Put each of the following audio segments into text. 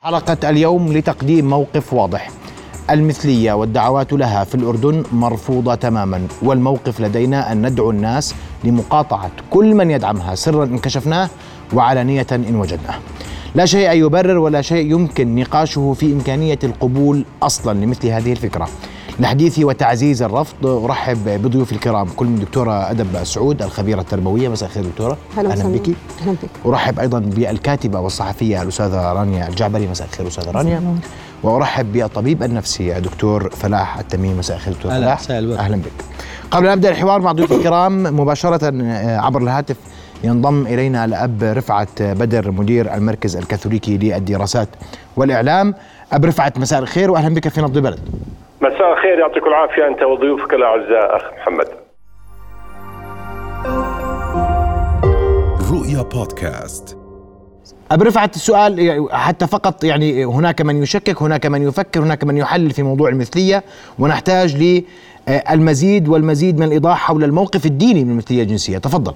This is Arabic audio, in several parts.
حلقة اليوم لتقديم موقف واضح. المثلية والدعوات لها في الأردن مرفوضة تماما، والموقف لدينا أن ندعو الناس لمقاطعة كل من يدعمها سرا إن كشفناه وعلانية إن وجدناه. لا شيء يبرر ولا شيء يمكن نقاشه في إمكانية القبول أصلا لمثل هذه الفكرة. لحديثي وتعزيز الرفض أرحب بضيوف الكرام، كل من دكتورة أدب سعود الخبيرة التربوية. مساء الخير دكتورة. أهلا بك. أرحب أيضا بالكاتبة والصحفية الأستاذة رانيا الجعبري. مساء الخير أستاذة رانيا. وأرحب بالطبيب النفسي دكتور فلاح التميم. مساء الخير دكتور فلاح. أهلا بك. قبل أن نبدأ الحوار مع ضيوف الكرام مباشرة عبر الهاتف ينضم إلينا الأب رفعت بدر مدير المركز الكاثوليكي للدراسات والإعلام. أب رفعت مساء الخير وأهلا بك في نبض بلد. مساء الخير، يعطيكم العافية أنت وضيوفك الأعزاء أخ محمد. رؤيا بودكاست. أب رفعت السؤال حتى فقط، يعني هناك من يشكك، هناك من يفكر، هناك من يحلل في موضوع المثلية، ونحتاج للمزيد والمزيد من الإيضاح حول الموقف الديني من المثلية الجنسية. تفضل.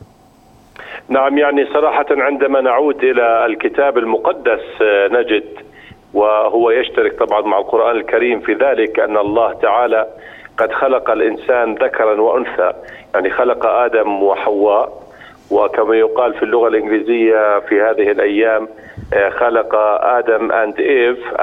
نعم، يعني صراحة عندما نعود إلى الكتاب المقدس نجد، وهو يشترك طبعا مع القرآن الكريم في ذلك، أن الله تعالى قد خلق الإنسان ذكرا وأنثى، يعني خلق آدم وحواء، وكما يقال في اللغة الإنجليزية في هذه الأيام خلق آدم and Eve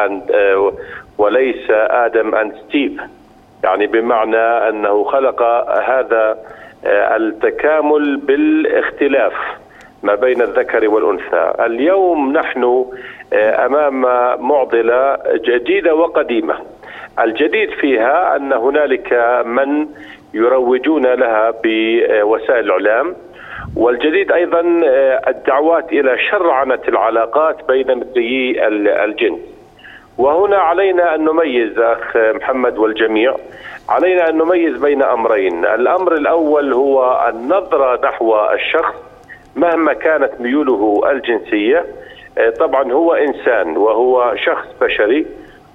وليس آدم and Steve، يعني بمعنى أنه خلق هذا التكامل بالاختلاف ما بين الذكر والأنثى. اليوم نحن أمام معضلة جديدة وقديمة. الجديد فيها أن هنالك من يروجون لها بوسائل الإعلام، والجديد أيضا الدعوات إلى شرعنة العلاقات بين مثليي الجنس. وهنا علينا أن نميز أخ محمد والجميع، علينا أن نميز بين أمرين. الأمر الأول هو النظرة نحو الشخص مهما كانت ميوله الجنسية. طبعا هو إنسان وهو شخص بشري،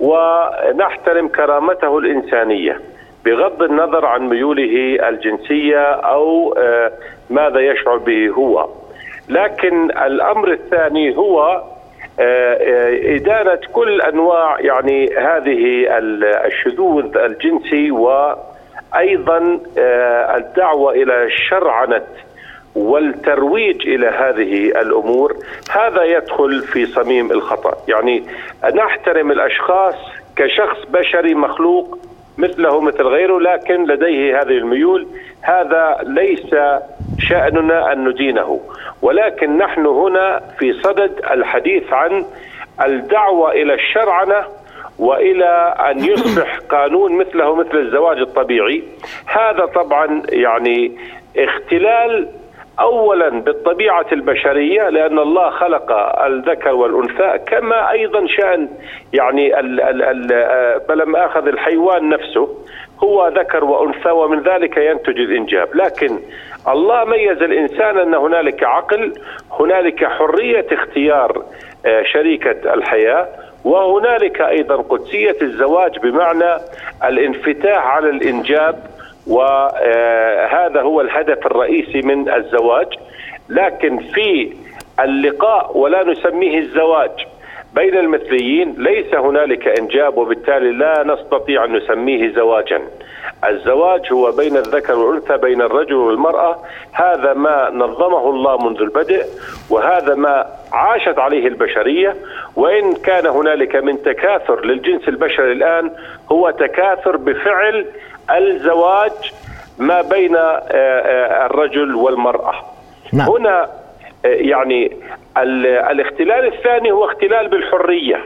ونحترم كرامته الإنسانية بغض النظر عن ميوله الجنسية أو ماذا يشعر به هو. لكن الأمر الثاني هو إدانة كل أنواع يعني هذه الشذوذ الجنسي، وأيضا الدعوة إلى شرعنة والترويج إلى هذه الأمور. هذا يدخل في صميم الخطأ. يعني نحترم الأشخاص كشخص بشري مخلوق مثله مثل غيره، لكن لديه هذه الميول. هذا ليس شأننا أن ندينه، ولكن نحن هنا في صدد الحديث عن الدعوة إلى الشرعنة وإلى أن يصبح قانون مثله مثل الزواج الطبيعي. هذا طبعا يعني اختلال أولا بالطبيعة البشرية، لأن الله خلق الذكر والأنثى، كما أيضا شأن يعني بلم أخذ الحيوان نفسه هو ذكر وأنثى، ومن ذلك ينتج الإنجاب. لكن الله ميز الإنسان أن هنالك عقل، هنالك حرية اختيار شريكة الحياة، وهنالك أيضا قدسية الزواج بمعنى الانفتاح على الإنجاب، وهذا هو الهدف الرئيسي من الزواج. لكن في اللقاء، ولا نسميه الزواج، بين المثليين ليس هنالك إنجاب، وبالتالي لا نستطيع أن نسميه زواجا. الزواج هو بين الذكر والأنثى، بين الرجل والمرأة. هذا ما نظمه الله منذ البدء، وهذا ما عاشت عليه البشرية. وإن كان هنالك من تكاثر للجنس البشري الآن، هو تكاثر بفعل الزواج ما بين الرجل والمرأة. نعم. هنا يعني الاختلال الثاني هو اختلال بالحرية.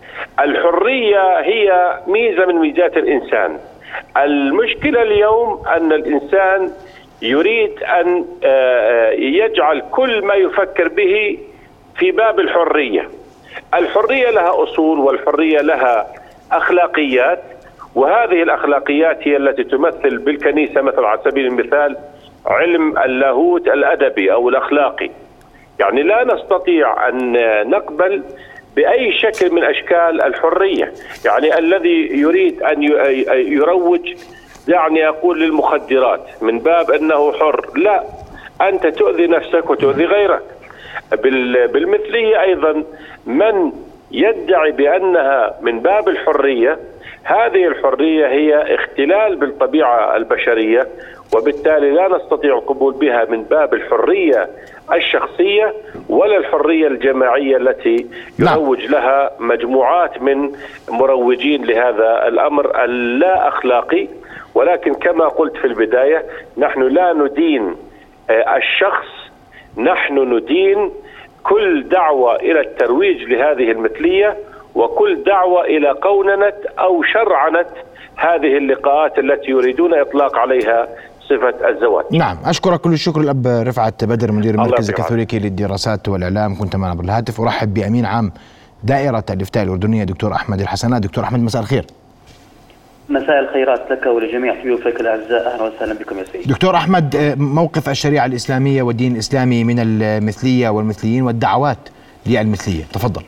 الحرية هي ميزة من ميزات الإنسان. المشكلة اليوم أن الإنسان يريد أن يجعل كل ما يفكر به في باب الحرية. الحرية لها أصول، والحرية لها أخلاقيات، وهذه الأخلاقيات هي التي تمثل بالكنيسة مثلا على سبيل المثال علم اللاهوت الأدبي أو الأخلاقي. يعني لا نستطيع أن نقبل بأي شكل من أشكال الحرية. يعني الذي يريد أن يروج يعني أقول للمخدرات من باب أنه حر، لا، أنت تؤذي نفسك وتؤذي غيرك. بالمثلية أيضا من يدعي بأنها من باب الحرية. هذه الحرية هي اختلال بالطبيعة البشرية، وبالتالي لا نستطيع القبول بها من باب الحرية الشخصية ولا الحرية الجماعية التي يروج لها مجموعات من مروجين لهذا الأمر اللا أخلاقي. ولكن كما قلت في البداية، نحن لا ندين الشخص، نحن ندين كل دعوة إلى الترويج لهذه المثلية، وكل دعوة إلى قوننة أو شرعنة هذه اللقاءات التي يريدون إطلاق عليها صفة الزواج. نعم، أشكرك كل الشكر الأب رفعت بدر، مدير المركز الكاثوليكي للدراسات والإعلام، كنت معنا بالهاتف. أرحب بأمين عام دائرة الإفتاء الأردنية دكتور أحمد الحسنات. دكتور أحمد، مساء الخير. مساء الخيرات لك ولجميع ضيوفك الأعزاء، أهلا وسهلا بكم يا سيدي. دكتور أحمد، موقف الشريعة الإسلامية والدين الإسلامي من المثلية والمثليين والدعوات للمثلية، تفضل.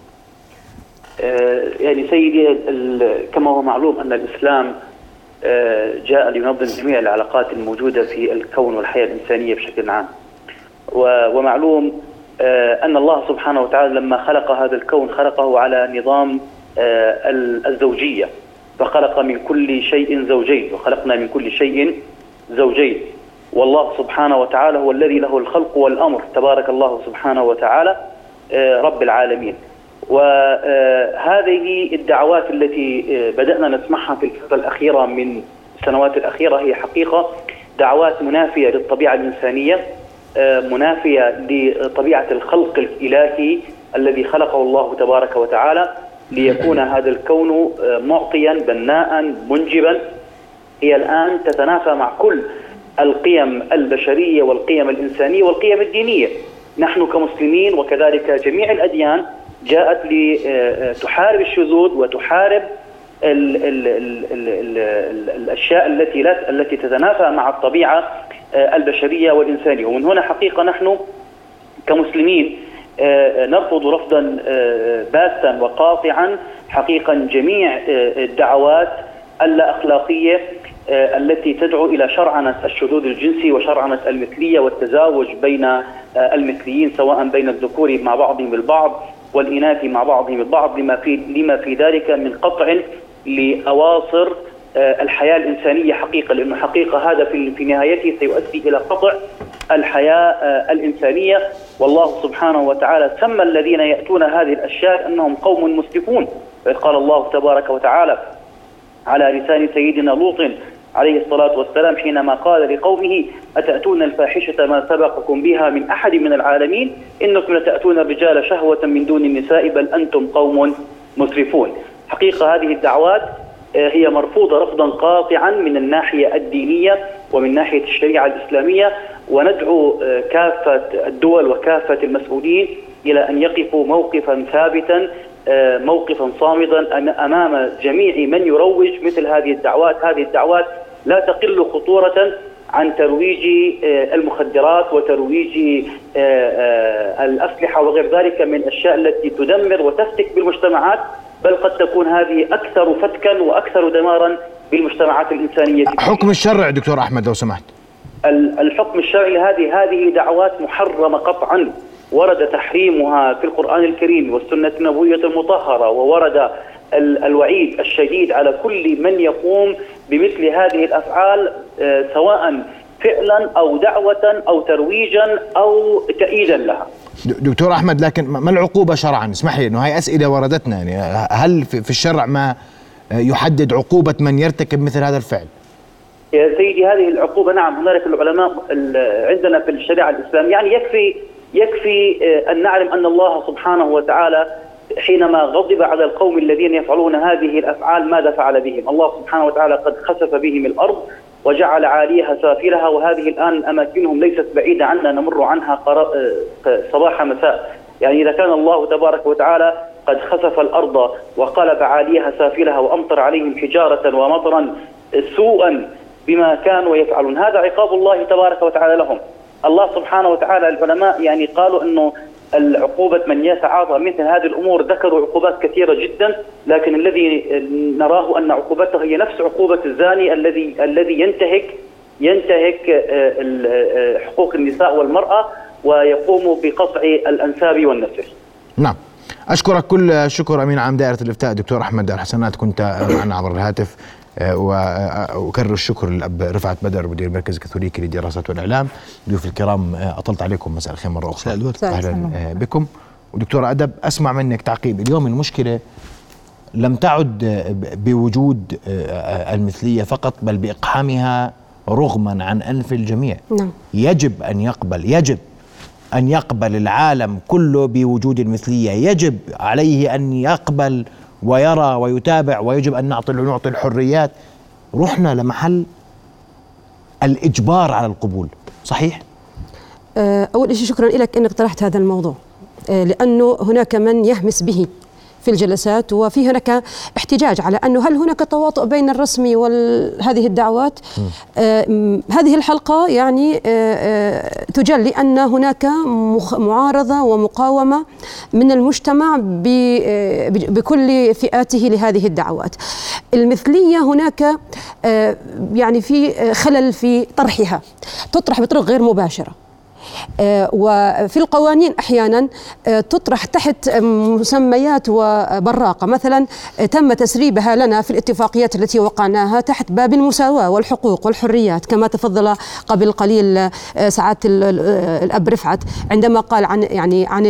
يعني سيدي، كما هو معلوم أن الإسلام جاء لينظم جميع العلاقات الموجودة في الكون والحياة الإنسانية بشكل عام، ومعلوم أن الله سبحانه وتعالى لما خلق هذا الكون خلقه على نظام الزوجية، فخلق من كل شيء زوجين، وخلقنا من كل شيء زوجين. والله سبحانه وتعالى هو الذي له الخلق والأمر، تبارك الله سبحانه وتعالى رب العالمين. وهذه الدعوات التي بدأنا نسمعها في الفترة الأخيرة من السنوات الأخيرة هي حقيقة دعوات منافية للطبيعة الإنسانية، منافية لطبيعة الخلق الإلهي الذي خلقه الله تبارك وتعالى ليكون هذا الكون معطيا بناء منجبا. هي الآن تتنافى مع كل القيم البشرية والقيم الإنسانية والقيم الدينية. نحن كمسلمين وكذلك جميع الأديان جاءت لتحارب الشذوذ وتحارب الأشياء التي تتنافى مع الطبيعة البشرية والإنسانية. ومن هنا حقيقة نحن كمسلمين نرفض رفضا باتا وقاطعا حقيقا جميع الدعوات اللا أخلاقية التي تدعو إلى شرعنة الشذوذ الجنسي وشرعنة المثلية والتزاوج بين المثليين، سواء بين الذكور مع بعضهم البعض والإناث مع بعضهم البعض، لما في ذلك من قطع لأواصر الحياة الإنسانية حقيقة، لأنه حقيقة هذا في نهايته سيؤدي إلى قطع الحياة الإنسانية. والله سبحانه وتعالى سمى الذين يأتون هذه الأشياء أنهم قوم مسرفون، وإذ قال الله تبارك وتعالى على لسان سيدنا لوط عليه الصلاة والسلام حينما قال لقومه: أتأتون الفاحشة ما سبقكم بها من أحد من العالمين إنكم لتأتون الرجال شهوة من دون النساء بل أنتم قوم مسرفون. حقيقة هذه الدعوات هي مرفوضة رفضا قاطعا من الناحية الدينية ومن ناحية الشريعة الإسلامية، وندعو كافة الدول وكافة المسؤولين إلى أن يقفوا موقفا ثابتا، موقفا صامدا أمام جميع من يروج مثل هذه الدعوات. هذه الدعوات لا تقل خطورة عن ترويج المخدرات وترويج الأسلحة وغير ذلك من الأشياء التي تدمر وتفتك بالمجتمعات، بل قد تكون هذه أكثر فتكا وأكثر دمارا بالمجتمعات الإنسانية. حكم الشرع دكتور أحمد لو سمحت. الحكم الشرعي هذه دعوات محرمة قطعا، ورد تحريمها في القرآن الكريم والسنة النبوية المطهرة، وورد الوعيد الشديد على كل من يقوم بمثل هذه الأفعال، سواء فعلا أو دعوة أو ترويجا أو تأييدا لها. دكتور أحمد، لكن ما العقوبة شرعا؟ اسمح لي أنه هاي أسئلة وردتنا، يعني هل في الشرع ما يحدد عقوبة من يرتكب مثل هذا الفعل؟ يا سيدي، هذه العقوبة نعم، هنالك العلماء عندنا في الشريعة الإسلام يعني يكفي أن نعلم أن الله سبحانه وتعالى حينما غضب على القوم الذين يفعلون هذه الأفعال ماذا فعل بهم؟ الله سبحانه وتعالى قد خسف بهم الأرض وجعل عاليها سافلها، وهذه الآن أماكنهم ليست بعيدة عنا نمر عنها صباح مساء. يعني إذا كان الله تبارك وتعالى قد خسف الأرض وقلب عاليها سافلها وأمطر عليهم حجارة ومطرا سوءا بما كانوا يفعلون، هذا عقاب الله تبارك وتعالى لهم. الله سبحانه وتعالى العلماء يعني قالوا أنه العقوبة من يتعاطى مثل هذه الأمور، ذكروا عقوبات كثيرة جدا، لكن الذي نراه أن عقوبته هي نفس عقوبة الزاني الذي ينتهك حقوق النساء والمرأة ويقوم بقطع الأنساب والنسل. نعم، أشكرك كل الشكر أمين عام دائرة الإفتاء دكتور أحمد الحسنات، كنت معنا عبر الهاتف. وأكرر الشكر للأب رفعت بدر مدير المركز الكاثوليكي للدراسات والإعلام. ضيوف الكرام أطلت عليكم، مساء الخير مرة أخرى، أهلا بكم. ودكتورة أدب أسمع منك تعقيب. اليوم المشكلة لم تعد بوجود المثلية فقط، بل بإقحامها رغما عن أنف الجميع. نعم. يجب أن يقبل العالم كله بوجود المثلية، يجب عليه أن يقبل ويرى ويتابع، ويجب أن نعطي الحريات. رحنا لمحل الإجبار على القبول، صحيح؟ أول شيء شكرا لك أنك طرحت هذا الموضوع، لأنه هناك من يهمس به في الجلسات، وفي هناك احتجاج على أنه هل هناك تواطؤ بين الرسمي وهذه الدعوات. هذه الحلقة يعني تجلي أن هناك معارضة ومقاومة من المجتمع بكل فئاته لهذه الدعوات. المثلية هناك يعني في خلل في طرحها، تطرح بطرق غير مباشرة، وفي القوانين أحيانا تطرح تحت مسميات وبراقة. مثلا تم تسريبها لنا في الاتفاقيات التي وقعناها تحت باب المساواة والحقوق والحريات، كما تفضل قبل قليل سعادة الأب رفعت عندما قال عن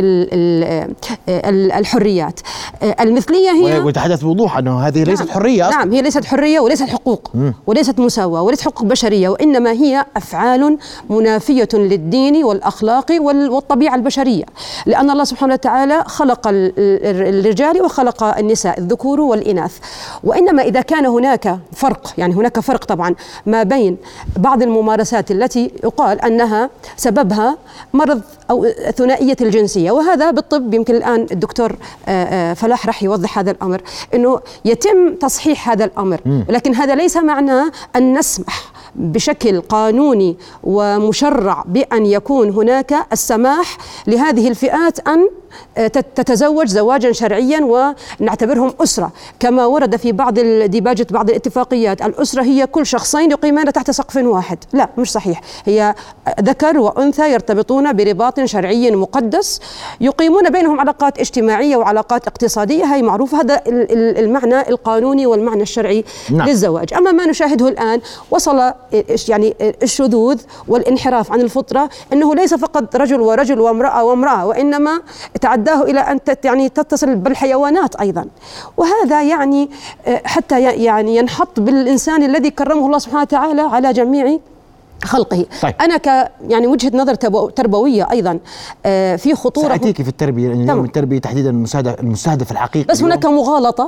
الحريات. المثلية هي وتحدث بوضوح أنه هذه ليست حرية أصلا. نعم، هي ليست حرية وليست حقوق وليست مساواة وليست حقوق بشرية، وإنما هي أفعال منافية للدين والأخلاق والطبيعة البشرية، لأن الله سبحانه وتعالى خلق الرجال وخلق النساء، الذكور والإناث. وإنما إذا كان هناك فرق، يعني هناك فرق طبعا ما بين بعض الممارسات التي يقال أنها سببها مرض أو ثنائية الجنسية، وهذا بالطب يمكن الآن الدكتور فلاح رح يوضح هذا الأمر، أنه يتم تصحيح هذا الأمر، لكن هذا ليس معناه أن نسمح بشكل قانوني ومشرع بأن يكون هناك السماح لهذه الفئات أن تتزوج زواجا شرعيا ونعتبرهم أسرة، كما ورد في بعض ديباجة بعض الاتفاقيات. الأسرة هي كل شخصين يقيمان تحت سقف واحد. لا، مش صحيح. هي ذكر وأنثى يرتبطون برباط شرعي مقدس، يقيمون بينهم علاقات اجتماعية وعلاقات اقتصادية، هي معروفة. هذا المعنى القانوني والمعنى الشرعي للزواج. أما ما نشاهده الآن وصل يعني الشذوذ والانحراف عن الفطرة، أنه ليس فقط رجل ورجل وامرأة وامرأة، وإنما تعداه إلى أن يعني تتصل بالحيوانات أيضا. وهذا يعني حتى يعني ينحط بالإنسان الذي كرمه الله سبحانه وتعالى على جميع خلقه. طيب. أنا يعني وجهة نظر تربوية أيضا في خطورة. سأتيكي في التربية، لأن اليوم التربية تحديدا المستهدف الحقيقي، بس هناك مغالطة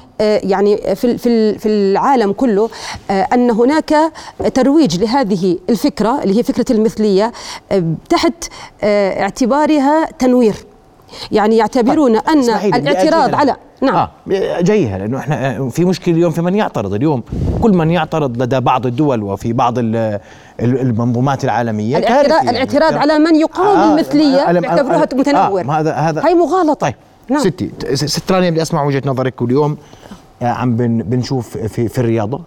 يعني في العالم كله، أن هناك ترويج لهذه الفكرة اللي هي فكرة المثلية تحت اعتبارها تنوير، يعني يعتبرون أن الاعتراض على جايها، لأنه احنا في مشكلة اليوم في من يعترض. اليوم كل من يعترض لدى بعض الدول وفي بعض المنظومات العالمية الاعتراض على من يقاوم المثلية يعتبروها متنور. هذا هي مغالطة. طيب. نعم. ست رانيا، بدي أسمع وجهة نظرك. واليوم عم بنشوف في الرياضة،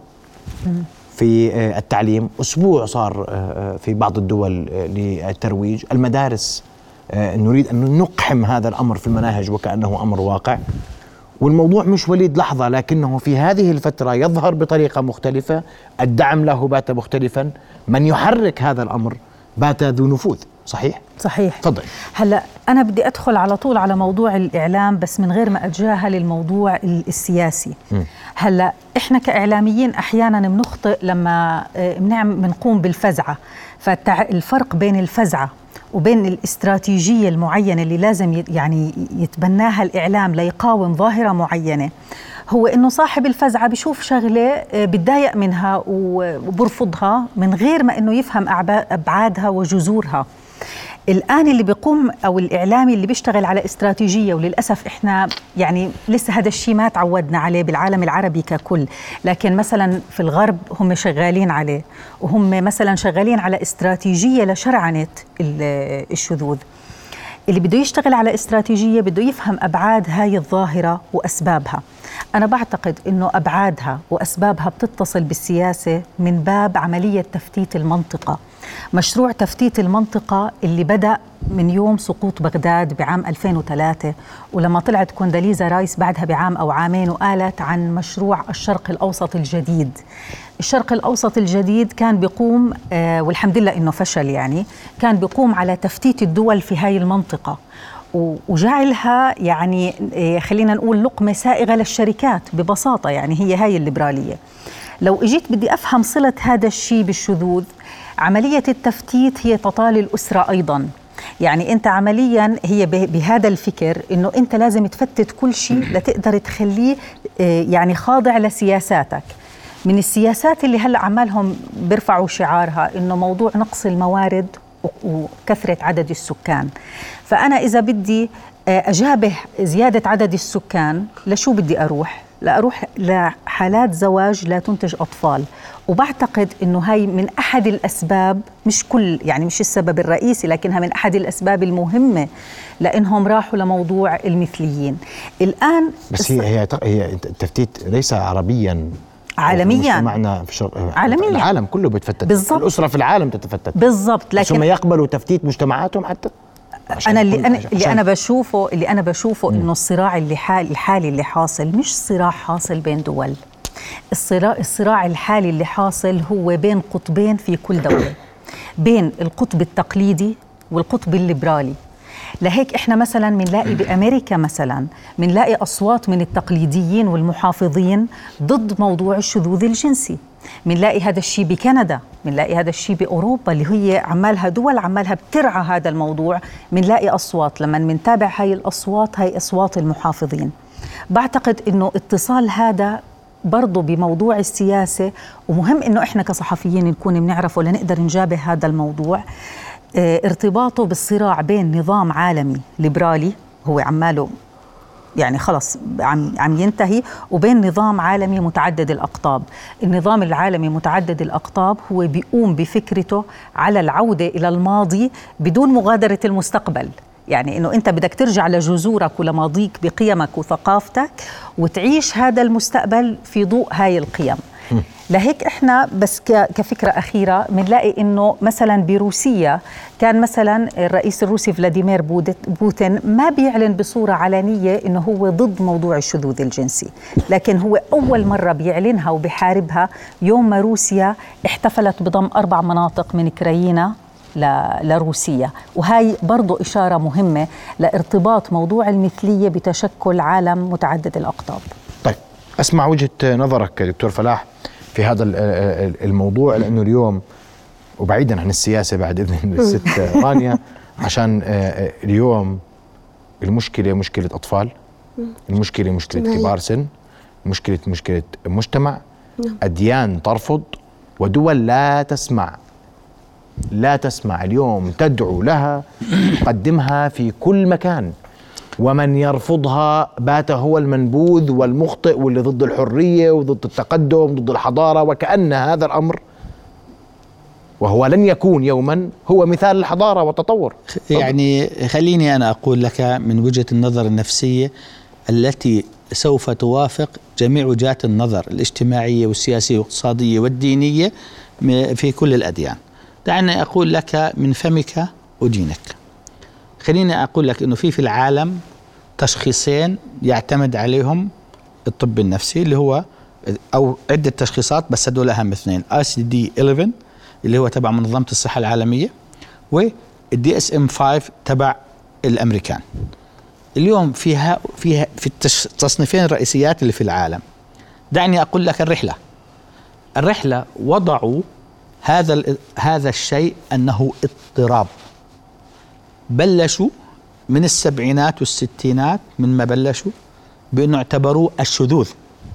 في التعليم، أسبوع صار في بعض الدول للترويج. المدارس نريد أن نقحم هذا الأمر في المناهج وكأنه أمر واقع، والموضوع مش وليد لحظة، لكنه في هذه الفترة يظهر بطريقة مختلفة. الدعم له بات مختلفا، من يحرك هذا الأمر بات ذو نفوذ. صحيح؟ صحيح. تفضل. هلا أنا بدي أدخل على طول على موضوع الإعلام، بس من غير ما أتجاهل الموضوع السياسي. هلا إحنا كإعلاميين أحيانا بنخطئ لما بنقوم بالفزعة. فالفرق بين الفزعة وبين الاستراتيجية المعينة اللي لازم يعني يتبناها الإعلام ليقاوم ظاهرة معينة، هو إنه صاحب الفزعة بيشوف شغلة بيتضايق منها وبرفضها من غير ما إنه يفهم أبعادها وجذورها. الآن اللي بيقوم أو الإعلامي اللي بيشتغل على استراتيجية، وللأسف إحنا يعني لسه هذا الشيء ما تعودنا عليه بالعالم العربي ككل، لكن مثلا في الغرب هم شغالين عليه، وهم مثلا شغالين على استراتيجية لشرعنة الشذوذ. اللي بده يشتغل على استراتيجية بده يفهم أبعاد هاي الظاهرة وأسبابها. أنا بعتقد إنه أبعادها وأسبابها بتتصل بالسياسة من باب عملية تفتيت المنطقة. مشروع تفتيت المنطقة اللي بدأ من يوم سقوط بغداد بعام 2003، ولما طلعت كونداليزا رايس بعدها بعام أو عامين وقالت عن مشروع الشرق الأوسط الجديد. الشرق الأوسط الجديد كان بيقوم والحمد لله إنه فشل، يعني كان بيقوم على تفتيت الدول في هاي المنطقة وجعلها يعني خلينا نقول لقمة سائغة للشركات ببساطة. يعني هي هاي الليبرالية. لو اجيت بدي أفهم صلة هذا الشيء بالشذوذ، عملية التفتيت هي تطال الأسرة أيضاً. يعني أنت عملياً هي بهذا الفكر إنه أنت لازم تفتت كل شيء لتقدر تخليه يعني خاضع لسياساتك. من السياسات اللي هلأ عمالهم بيرفعوا شعارها إنه موضوع نقص الموارد وكثرة عدد السكان. فأنا إذا بدي أجابه زيادة عدد السكان، لشو بدي أروح؟ لأروح لحالات زواج لا تنتج أطفال. وبعتقد إنه هاي من أحد الأسباب، مش كل يعني مش السبب الرئيسي، لكنها من أحد الأسباب المهمة لأنهم راحوا لموضوع المثليين. الآن بس هي التفتيت ليس عربيا، عالميا، معنا في عالميا العالم كله بيتفتت بالزبط. الأسرة في العالم تتفتت بالضبط، لكن ثم يقبلوا تفتيت مجتمعاتهم حتى. اللي أنا بشوفه إنه الصراع الحالي اللي حاصل مش صراع حاصل بين دول. الصراع الحالي اللي حاصل هو بين قطبين في كل دولة، بين القطب التقليدي والقطب الليبرالي. لهيك إحنا مثلاً منلاقي بأمريكا مثلاً منلاقي أصوات من التقليديين والمحافظين ضد موضوع الشذوذ الجنسي. منلاقي هذا الشيء بكندا، منلاقي هذا الشيء بأوروبا اللي هي عمالها دول عمالها بترعى هذا الموضوع. منلاقي أصوات، لما منتابع هاي الأصوات هاي أصوات المحافظين. بعتقد إنه اتصال هذا برضو بموضوع السياسة، ومهم إنه إحنا كصحفيين نكون بنعرفه لنقدر نجابه هذا الموضوع. ارتباطه بالصراع بين نظام عالمي ليبرالي هو عماله يعني خلص عم ينتهي، وبين نظام عالمي متعدد الأقطاب. النظام العالمي متعدد الأقطاب هو بيقوم بفكرته على العودة إلى الماضي بدون مغادرة المستقبل. يعني إنه أنت بدك ترجع لجذورك ولماضيك بقيمك وثقافتك وتعيش هذا المستقبل في ضوء هاي القيم. لهيك إحنا بس كفكرة أخيرة منلاقي إنه مثلا بروسيا كان مثلا الرئيس الروسي فلاديمير بوتين ما بيعلن بصورة علنية إنه هو ضد موضوع الشذوذ الجنسي، لكن هو أول مرة بيعلنها وبيحاربها يوم ما روسيا احتفلت بضم 4 مناطق من أوكرانيا لروسيا. وهي برضو إشارة مهمة لارتباط موضوع المثلية بتشكل عالم متعدد الأقطاب. طيب أسمع وجهة نظرك دكتور فلاح في هذا الموضوع، لأنه اليوم وبعيدا عن السياسة بعد إذن الست رانيا، عشان اليوم المشكلة مشكلة أطفال، المشكلة مشكلة كبار سن، مشكلة مجتمع، أديان ترفض ودول لا تسمع اليوم تدعو لها، تقدمها في كل مكان، ومن يرفضها بات هو المنبوذ والمخطئ واللي ضد الحرية وضد التقدم ضد الحضارة، وكأن هذا الأمر وهو لن يكون يوما هو مثال الحضارة والتطور. يعني خليني أنا أقول لك من وجهة النظر النفسية التي سوف توافق جميع وجهات النظر الاجتماعية والسياسية والاقتصادية والدينية في كل الأديان. دعني أقول لك من فمك ودينك. خليني أقول لك أنه في العالم تشخيصين يعتمد عليهم الطب النفسي، اللي هو أو عدة تشخيصات بس هدول أهم 2: ICD-11 اللي هو تبع منظمة الصحة العالمية، والDSM-5 تبع الأمريكان. اليوم في التصنيفين الرئيسيات اللي في العالم. دعني أقول لك الرحلة وضعوا هذا الشيء أنه اضطراب. بلشوا من السبعينات والستينات من ما بلشوا بأنه اعتبروه الشذوذ،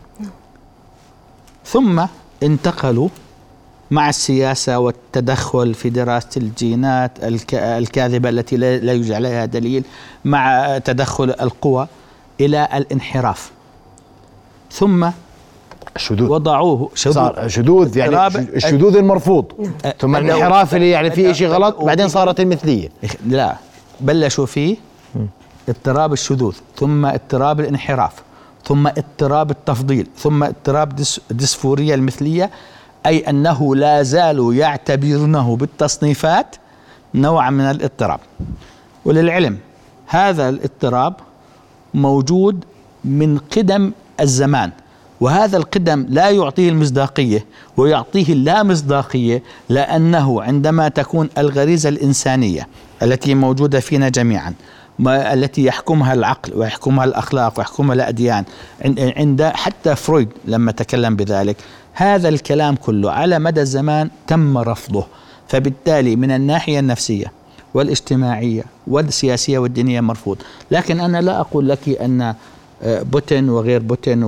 ثم انتقلوا مع السياسة والتدخل في دراسة الجينات الكاذبة التي لا يوجد عليها دليل، مع تدخل القوى إلى الانحراف، ثم الشذوذ وضعوه صار شذوذ، يعني الشذوذ المرفوض، ثم الانحراف اللي يعني فيه شيء غلط، بعدين صارت المثلية. لا، بلشوا فيه اضطراب الشذوذ، ثم اضطراب الانحراف، ثم اضطراب التفضيل، ثم اضطراب ديسفوريا المثلية. أي أنه لا زالوا يعتبرونه بالتصنيفات نوعا من الاضطراب. وللعلم هذا الاضطراب موجود من قدم الزمان، وهذا القدم لا يعطيه المصداقية ويعطيه اللامصداقية، لأنه عندما تكون الغريزة الإنسانية التي موجودة فينا جميعا، التي يحكمها العقل ويحكمها الأخلاق ويحكمها الأديان، عند حتى فرويد لما تكلم بذلك، هذا الكلام كله على مدى الزمان تم رفضه. فبالتالي من الناحية النفسية والاجتماعية والسياسية والدينية مرفوض. لكن أنا لا أقول لك أن بوتين وغير بوتين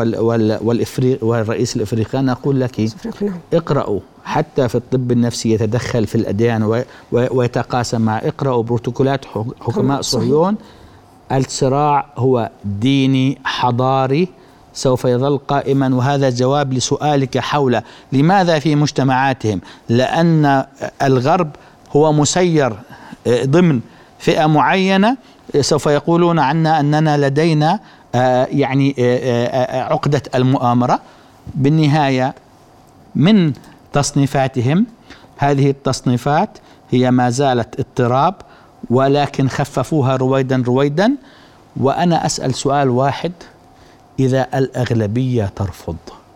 والرئيس الإفريقي، أنا أقول لك اقرأوا حتى في الطب النفسي يتدخل في الأديان ويتقاسم مع، اقرأوا بروتوكولات حكماء صهيون. الصراع هو ديني حضاري سوف يظل قائما، وهذا جواب لسؤالك حول لماذا في مجتمعاتهم، لأن الغرب هو مسير ضمن فئة معينة، سوف يقولون عنا أننا لدينا يعني عقدة المؤامرة. بالنهاية من تصنيفاتهم، هذه التصنيفات هي ما زالت اضطراب، ولكن خففوها رويدا رويدا. وأنا أسأل سؤال واحد: إذا الأغلبية ترفض،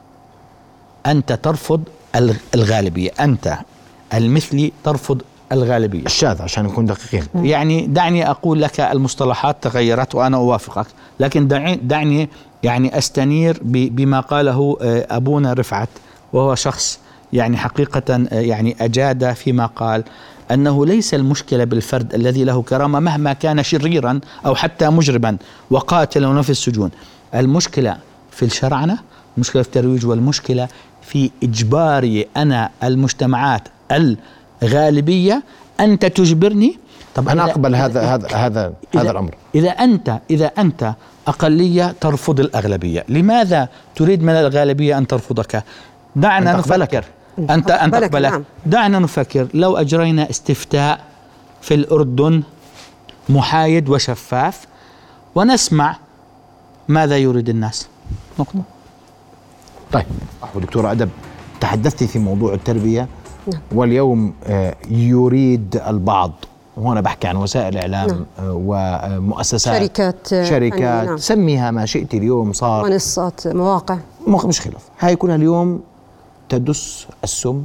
أنت ترفض الغالبية، أنت المثلي ترفض الغالبية الشاذ، عشان نكون دقيقين. يعني دعني أقول لك المصطلحات تغيرت وأنا أوافقك، لكن دعني يعني أستنير بما قاله أبونا رفعت، وهو شخص يعني حقيقة يعني أجاد فيما قال أنه ليس المشكلة بالفرد الذي له كرامة مهما كان شريرا أو حتى مجرما وقاتلا في السجون. المشكلة في الشرعنة، المشكلة في الترويج، والمشكلة في إجباري أنا المجتمعات الغالبية أنت تجبرني. طب أنا أقبل هذا الأمر. إذا أنت أقلية ترفض الأغلبية، لماذا تريد من الغالبية أن ترفضك؟ دعنا نفكر. أنت تقبلك. نعم. دعنا نفكر لو أجرينا استفتاء في الأردن محايد وشفاف ونسمع ماذا يريد الناس. نقطة. طيب دكتورة أدب، تحدثتي في موضوع التربية، واليوم يريد البعض، وهنا بحكي عن وسائل إعلام ومؤسسات شركات سميها ما شئت، اليوم صار منصات، مواقع، مش خلاف، هاي كلها اليوم تدس السم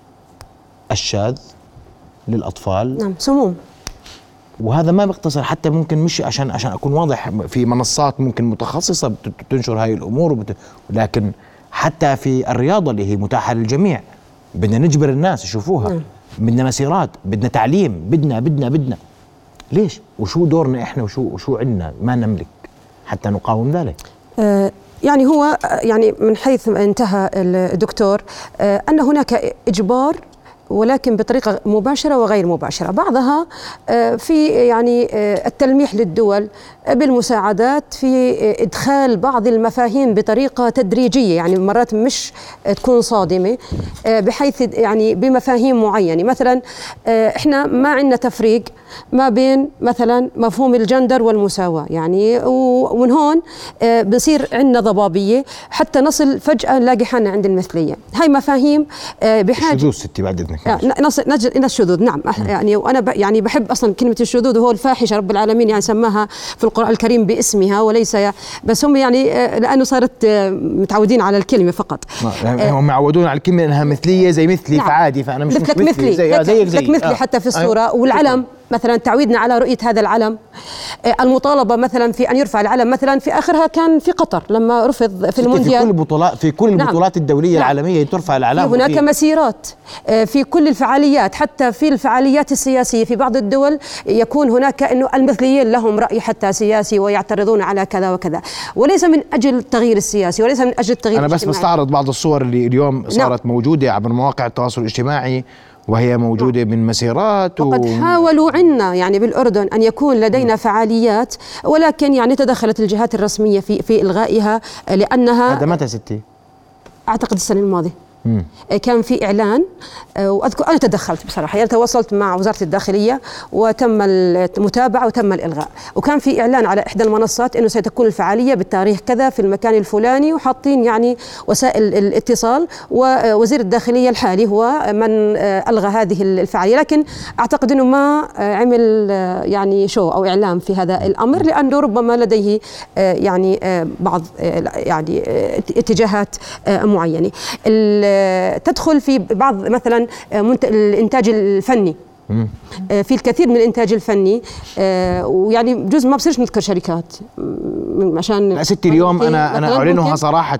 الشاذ للأطفال. نعم، سموم. وهذا ما بيقتصر، حتى ممكن مش عشان أكون واضح، في منصات ممكن متخصصة تنشر هاي الأمور، لكن حتى في الرياضة اللي هي متاحة للجميع بدنا نجبر الناس يشوفوها. بدنا مسيرات، بدنا تعليم، بدنا ليش؟ وشو دورنا إحنا وشو عندنا ما نملك حتى نقاوم ذلك؟ يعني هو يعني من حيث انتهى الدكتور أن هناك إجبار، ولكن بطريقة مباشرة وغير مباشرة. بعضها في يعني التلميح للدول بالمساعدات في إدخال بعض المفاهيم بطريقة تدريجية، يعني مرات مش تكون صادمة، بحيث يعني بمفاهيم معينة. مثلا إحنا ما عندنا تفريق ما بين مثلا مفهوم الجندر والمساواة، يعني ومن هون بصير عندنا ضبابية حتى نصل فجأة نلاقي حالنا عند المثلية. هاي مفاهيم بحاجة الشذوذ ستي بعد إذنك نجد إلى الشذوذ. نعم، يعني وأنا يعني بحب أصلا كلمة الشذوذ، وهو الفاحشة رب العالمين يعني سماها في القرآن الكريم باسمها، وليس بس هم يعني لأنه صارت متعودين على الكلمة فقط. هم معودون على الكلمة إنها مثلية زي مثلي. نعم. فعادي، فأنا مش مثلي زيك مثلي حتى في الصورة. والعلم مثلا تعويدنا على رؤية هذا العلم، المطالبة مثلا في أن يرفع العلم مثلا في آخرها كان في قطر لما رفض في المونديال، في كل البطولات الدولية العالمية ترفع العلم. هناك مسيرات في كل الفعاليات، حتى في الفعاليات السياسية في بعض الدول يكون هناك إنه المثليين لهم رأي حتى سياسي ويعترضون على كذا وكذا، وليس من أجل التغيير السياسي وليس من أجل التغيير الاجتماعي. أنا بس بستعرض بعض الصور اللي اليوم صارت موجودة عبر مواقع التواصل الاجتماعي، وهي موجودة من مسيرات. وقد حاولوا عنا يعني بالأردن أن يكون لدينا فعاليات، ولكن يعني تدخلت الجهات الرسمية في إلغائها، لأنها هذا متى ستي؟ أعتقد السنة الماضية. كان في إعلان، وأذكر أنا تدخلت بصراحة، يعني تواصلت مع وزارة الداخلية وتم المتابعة وتم الإلغاء. وكان في إعلان على إحدى المنصات أنه ستكون الفعالية بالتاريخ كذا في المكان الفلاني، وحاطين يعني وسائل الاتصال، ووزير الداخلية الحالي هو من ألغى هذه الفعالية. لكن أعتقد أنه ما عمل يعني شو أو إعلام في هذا الأمر، لأنه ربما لديه يعني بعض يعني اتجاهات معينة. تدخل في بعض مثلا الإنتاج الفني، في الكثير من الإنتاج الفني، ويعني بجزء ما بصيرش نذكر شركات عشان لا ستي اليوم أنا أعلنها صراحة.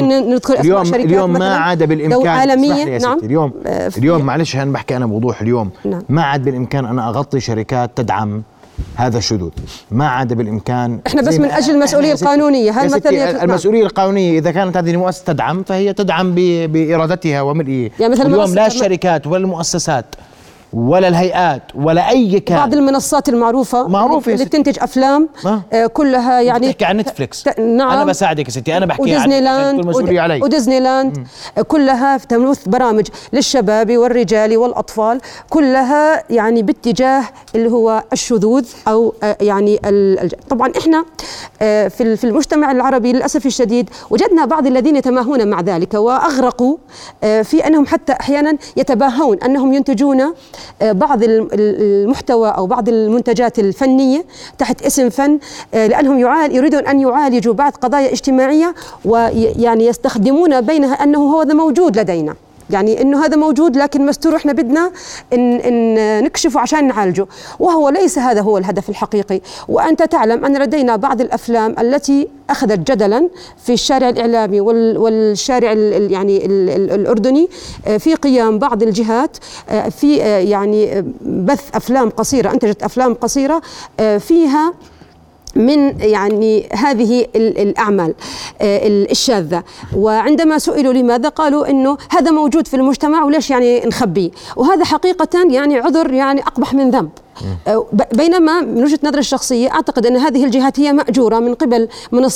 اليوم ما عاد بالإمكان عالميا. نعم اليوم معلش أنا بحكي أنا بوضوح. اليوم ما عاد بالإمكان أنا أغطي شركات تدعم هذا الشذوذ، ما عاد بالإمكان. احنا بس من أجل المسؤولية القانونية. هل مثلا المسؤولية القانونية إذا كانت هذه المؤسسة تدعم فهي تدعم بإرادتها وملئه. يعني اليوم لا الشركات ولا المؤسسات ولا الهيئات ولا أي كان. بعض المنصات المعروفة اللي تنتج أفلام كلها يعني بتحكي عن نتفليكس. نعم أنا بساعدك يا ستي، أنا بحكي وديزني لاند وديزني لاند كلها تبث برامج للشباب والرجال والأطفال، كلها يعني باتجاه اللي هو الشذوذ أو يعني طبعا إحنا في المجتمع العربي للأسف الشديد وجدنا بعض الذين يتماهون مع ذلك وأغرقوا في أنهم حتى أحيانا يتباهون أنهم ينتجون بعض المحتوى أو بعض المنتجات الفنية تحت اسم فن، لأنهم يريدون أن يعالجوا بعض قضايا اجتماعية، ويعني يستخدمون بينها أنه هذا موجود لدينا، يعني انه هذا موجود لكن مستور، احنا بدنا إن نكشفه عشان نعالجه، وهو ليس هذا هو الهدف الحقيقي. وانت تعلم ان لدينا بعض الافلام التي اخذت جدلا في الشارع الاعلامي والشارع يعني الاردني، في قيام بعض الجهات في يعني بث افلام قصيره، انتجت افلام قصيره فيها من يعني هذه الأعمال الشاذة. وعندما سئلوا لماذا قالوا إنه هذا موجود في المجتمع وليش يعني نخبيه، وهذا حقيقة يعني عذر يعني أقبح من ذنب. بينما من وجهة نظري الشخصية أعتقد أن هذه الجهات هي مأجورة من قبل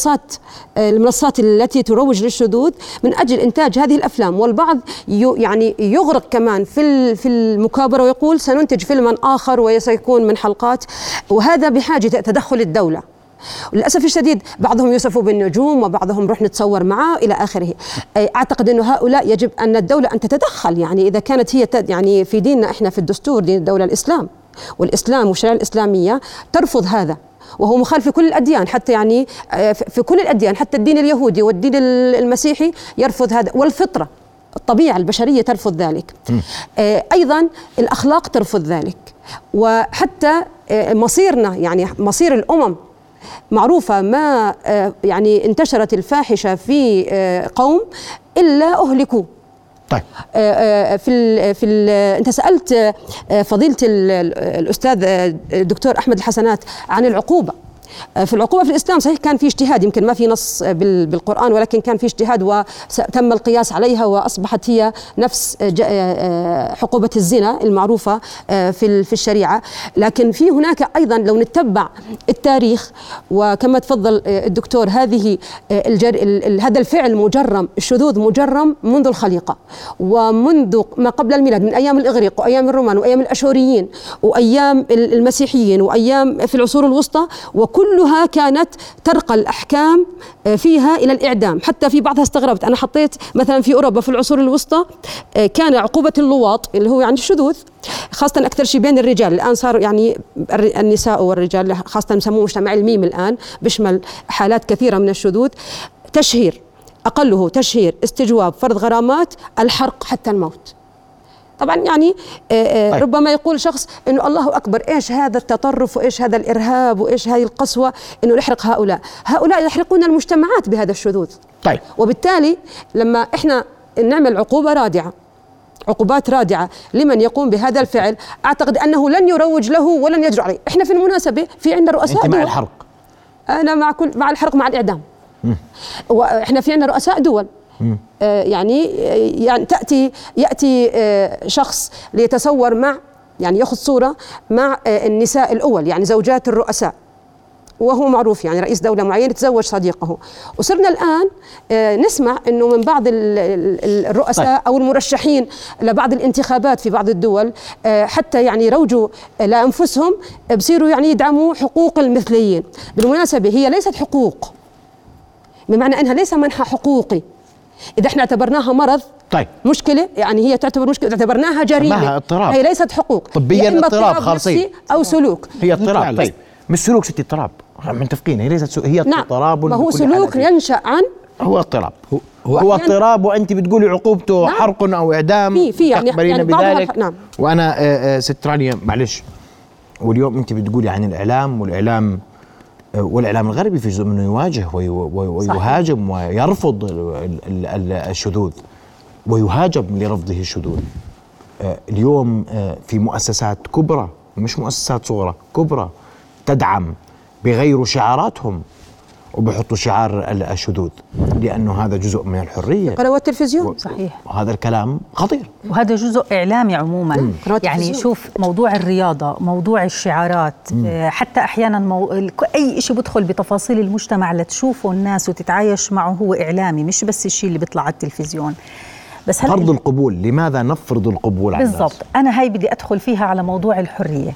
المنصات التي تروج للشذوذ من أجل إنتاج هذه الأفلام، والبعض يعني يغرق كمان في المكابرة ويقول سننتج فيلما آخر وسيكون من حلقات، وهذا بحاجة تدخل الدولة. للأسف الشديد بعضهم يوصفوا بالنجوم وبعضهم نروح نتصور معه إلى آخره. أعتقد أنه هؤلاء يجب أن الدولة أن تتدخل، يعني إذا كانت هي يعني في ديننا إحنا في الدستور دين الدولة الإسلام، والإسلام والشريعة الإسلامية ترفض هذا، وهو مخالف في كل الأديان، حتى يعني في كل الأديان، حتى الدين اليهودي والدين المسيحي يرفض هذا، والفطرة الطبيعة البشرية ترفض ذلك. أيضا الأخلاق ترفض ذلك، وحتى مصيرنا يعني مصير الأمم معروفة، ما يعني انتشرت الفاحشة في قوم إلا أهلكوا. طيب انت سألت فضيلة الأستاذ الدكتور أحمد الحسنات عن العقوبة. في العقوبة في الإسلام صحيح كان في اجتهاد، يمكن ما في نص بالقرآن، ولكن كان في اجتهاد وتم القياس عليها وأصبحت هي نفس عقوبة الزنا المعروفة في الشريعة. لكن في هناك أيضا لو نتبع التاريخ، وكما تفضل الدكتور هذه هذا الفعل مجرم، الشذوذ مجرم منذ الخليقة ومنذ ما قبل الميلاد، من أيام الإغريق وأيام الرومان وأيام الأشوريين وأيام المسيحيين وأيام في العصور الوسطى، وكلها كانت ترقى الأحكام فيها إلى الإعدام. حتى في بعضها استغربت، أنا حطيت مثلا في أوروبا في العصور الوسطى كان عقوبة اللواط اللي هو يعني الشذوذ، خاصة أكثر شيء بين الرجال، الآن صار يعني النساء والرجال، خاصة يسموه مجتمع الميم الآن، بشمل حالات كثيرة من الشذوذ، تشهير، أقله تشهير، استجواب، فرض غرامات، الحرق حتى الموت. طبعا يعني ربما يقول شخص إنه الله أكبر، إيش هذا التطرف وإيش هذا الإرهاب وإيش هذه القسوة إنه نحرق هؤلاء يحرقون المجتمعات بهذا الشذوذ. طيب وبالتالي لما إحنا نعمل عقوبات رادعة لمن يقوم بهذا الفعل، أعتقد أنه لن يروج له ولن يجرؤ عليه. إحنا في المناسبة في عندنا رؤساء أنت دول. مع الحرق؟ أنا مع الحرق، مع الإعدام. وإحنا في عندنا رؤساء دول يعني يأتي شخص ليتصور مع، يعني يأخذ صورة مع النساء الأول، يعني زوجات الرؤساء، وهو معروف يعني رئيس دولة معينة تزوج صديقه. وصرنا الآن نسمع أنه من بعض الرؤساء أو المرشحين لبعض الانتخابات في بعض الدول حتى يعني يروجوا لأنفسهم بصيروا يعني يدعموا حقوق المثليين. بالمناسبة هي ليست حقوق، بمعنى أنها ليس منحى حقوقي. إذا احنا اعتبرناها مرض طيب مشكلة، يعني هي تعتبر مشكلة، اعتبرناها جريمة، اضطراب. هي ليست حقوق طبيا، اضطراب خالصي أو سلوك. هي اضطراب. طيب مش سلوك ستي، اضطراب، متفقين، هي ليست هي اضطراب. ما هو سلوك ينشأ عن هو اضطراب، هو اضطراب، وانت بتقولي عقوبته حرق او اعدام، في يعني بذلك. نعم. وانا ست رانيا معلش، واليوم انت بتقولي عن الاعلام، والاعلام الغربي في جزء منه يواجه ويهاجم ويرفض الشذوذ، ويهاجم لرفضه الشذوذ. اليوم في مؤسسات كبرى، مش مؤسسات صغرى، كبرى تدعم بغير شعاراتهم وبحطوا شعار الشذوذ، لأنه هذا جزء من الحرية. قنوات التلفزيون صحيح، وهذا الكلام خطير، وهذا جزء إعلامي عموما. يعني شوف موضوع الرياضة، موضوع الشعارات، حتى أحيانا أي شيء بدخل بتفاصيل المجتمع لتشوفه الناس وتتعايش معه هو إعلامي، مش بس الشيء اللي بيطلع على التلفزيون. بس فرض القبول، لماذا نفرض القبول على الناس؟ بالضبط، أنا هاي بدي أدخل فيها على موضوع الحرية.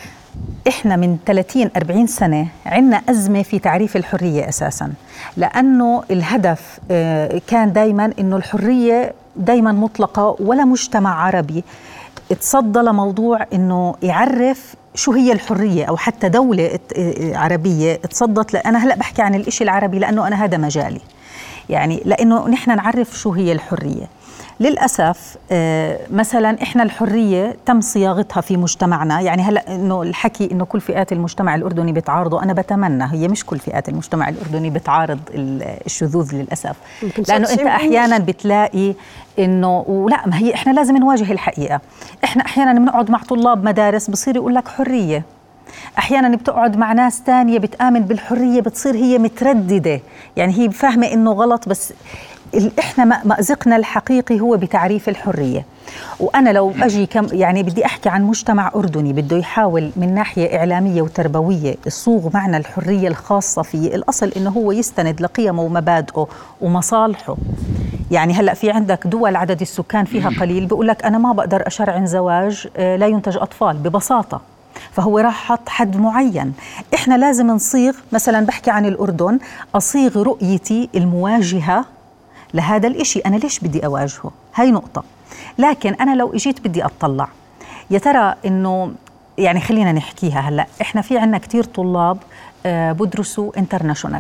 إحنا من 30-40 سنة عندنا أزمة في تعريف الحرية أساساً، لأنه الهدف كان دايماً إنه الحرية دايماً مطلقة، ولا مجتمع عربي اتصدى لموضوع إنه يعرف شو هي الحرية، أو حتى دولة عربية اتصدت. أنا هلأ بحكي عن الإشي العربي لأنه أنا هذا مجالي، يعني لأنه نحن نعرف شو هي الحرية. للأسف مثلا إحنا الحرية تم صياغتها في مجتمعنا، يعني هلأ إنه الحكي إنه كل فئات المجتمع الأردني بتعارضه، أنا بتمنى هي مش كل فئات المجتمع الأردني بتعارض الشذوذ للأسف، لأنه أنت أحيانا بتلاقي إنه ولا، ما هي إحنا لازم نواجه الحقيقة. إحنا أحيانا بنقعد مع طلاب مدارس بصير يقول لك حرية، أحيانا بتقعد مع ناس تانية بتآمن بالحرية بتصير هي مترددة، يعني هي فاهمة إنه غلط. بس إحنا مأزقنا الحقيقي هو بتعريف الحرية. وأنا لو أجي يعني بدي أحكي عن مجتمع أردني بده يحاول من ناحية إعلامية وتربوية يصوغ معنى الحرية الخاصة فيه، الأصل إنه هو يستند لقيمه ومبادئه ومصالحه. يعني هلأ في عندك دول عدد السكان فيها قليل بيقول لك أنا ما بقدر أشرعن زواج لا ينتج أطفال ببساطة، فهو راح حط حد معين. إحنا لازم نصيغ، مثلا بحكي عن الأردن، أصيغ رؤيتي المواجهة لهذا الإشي، أنا ليش بدي أواجهه؟ هاي نقطة. لكن أنا لو إجيت بدي أطلع، يا ترى إنه يعني خلينا نحكيها هلأ، إحنا في عنا كتير طلاب بدرسوا انترناشونال.